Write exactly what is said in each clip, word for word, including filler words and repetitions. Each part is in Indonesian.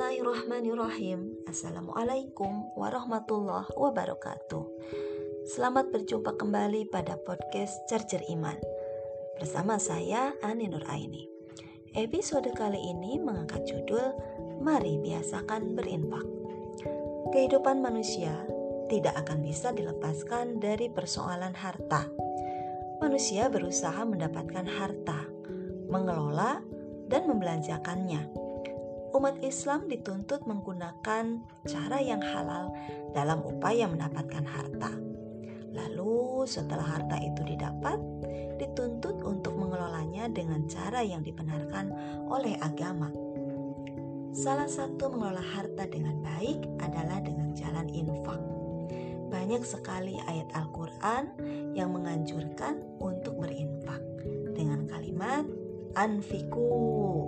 Bismillahirrahmanirrahim. Assalamualaikum warahmatullahi wabarakatuh. Selamat berjumpa kembali pada podcast Charger Iman bersama saya Ani Nur Aini. Episode kali ini mengangkat judul Mari Biasakan Berinfak. Kehidupan manusia tidak akan bisa dilepaskan dari persoalan harta. Manusia berusaha mendapatkan harta, mengelola dan membelanjakannya. Umat Islam dituntut menggunakan cara yang halal dalam upaya mendapatkan harta. Lalu setelah harta itu didapat, dituntut untuk mengelolanya dengan cara yang dibenarkan oleh agama. Salah satu mengelola harta dengan baik adalah dengan jalan infak. Banyak sekali ayat Al-Quran yang menganjurkan untuk berinfak dengan kalimat anfiku.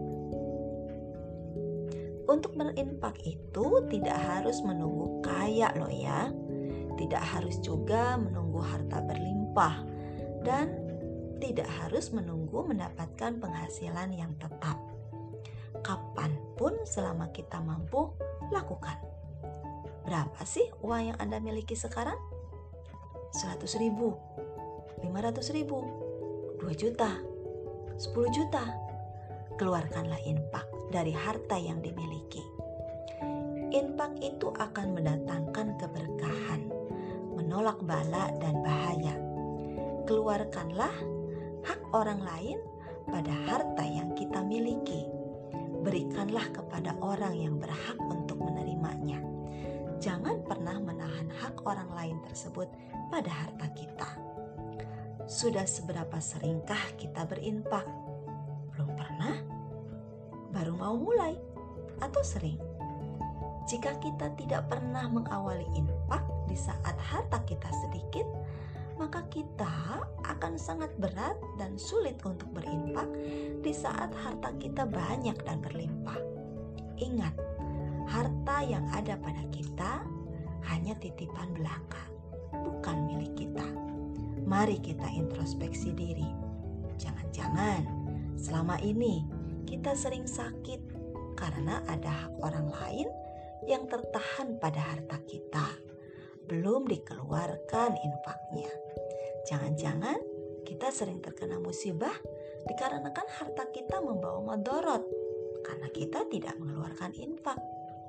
Untuk berinfak itu tidak harus menunggu kaya loh ya. Tidak harus juga menunggu harta berlimpah. Dan tidak harus menunggu mendapatkan penghasilan yang tetap. Kapanpun selama kita mampu, lakukan. Berapa sih uang yang Anda miliki sekarang? seratus ribu, lima ratus ribu, dua juta, sepuluh juta. Keluarkanlah infak dari harta yang dimiliki. Infak itu akan mendatangkan keberkahan, menolak bala dan bahaya. Keluarkanlah hak orang lain pada harta yang kita miliki. Berikanlah kepada orang yang berhak untuk menerimanya. Jangan pernah menahan hak orang lain tersebut pada harta kita. Sudah seberapa seringkah kita berinfak? Belum pernah? Baru mau mulai? Atau sering? Jika kita tidak pernah mengawali infak di saat harta kita sedikit, maka kita akan sangat berat dan sulit untuk berinfak di saat harta kita banyak dan berlimpah. Ingat, harta yang ada pada kita hanya titipan belaka, bukan milik kita. Mari kita introspeksi diri. Jangan-jangan selama ini kita sering sakit karena ada hak orang lain yang tertahan pada harta kita. Belum dikeluarkan infaknya. Jangan-jangan kita sering terkena musibah dikarenakan harta kita membawa madorot karena kita tidak mengeluarkan infak.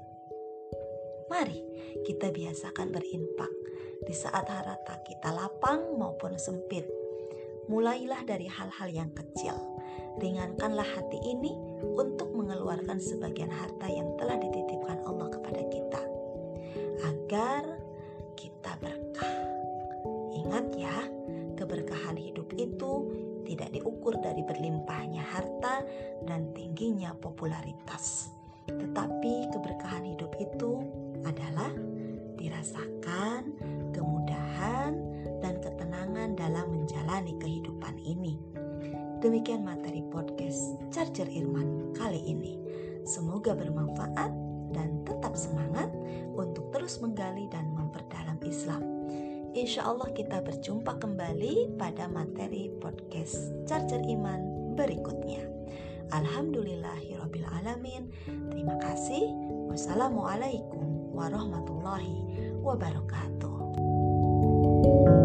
Mari kita biasakan berinfak di saat harta kita lapang maupun sempit. Mulailah dari hal-hal yang kecil. Ringankanlah hati ini untuk mengeluarkan sebagian harta yang telah dititipkan Allah kepada kita, agar kita berkah. Ingat ya, keberkahan hidup itu tidak diukur dari berlimpahnya harta dan tingginya popularitas. Tetapi keberkahan hidup itu adalah dirasakan kemudahan dan ketenangan dalam menjalani kehidupan ini. Demikian materi podcast Charger Iman kali ini. Semoga bermanfaat dan tetap semangat untuk terus menggali dan memperdalam Islam. Insya Allah kita berjumpa kembali pada materi podcast Charger Iman berikutnya. Alhamdulillahirrabbilalamin. Terima kasih. Wassalamualaikum warahmatullahi wabarakatuh.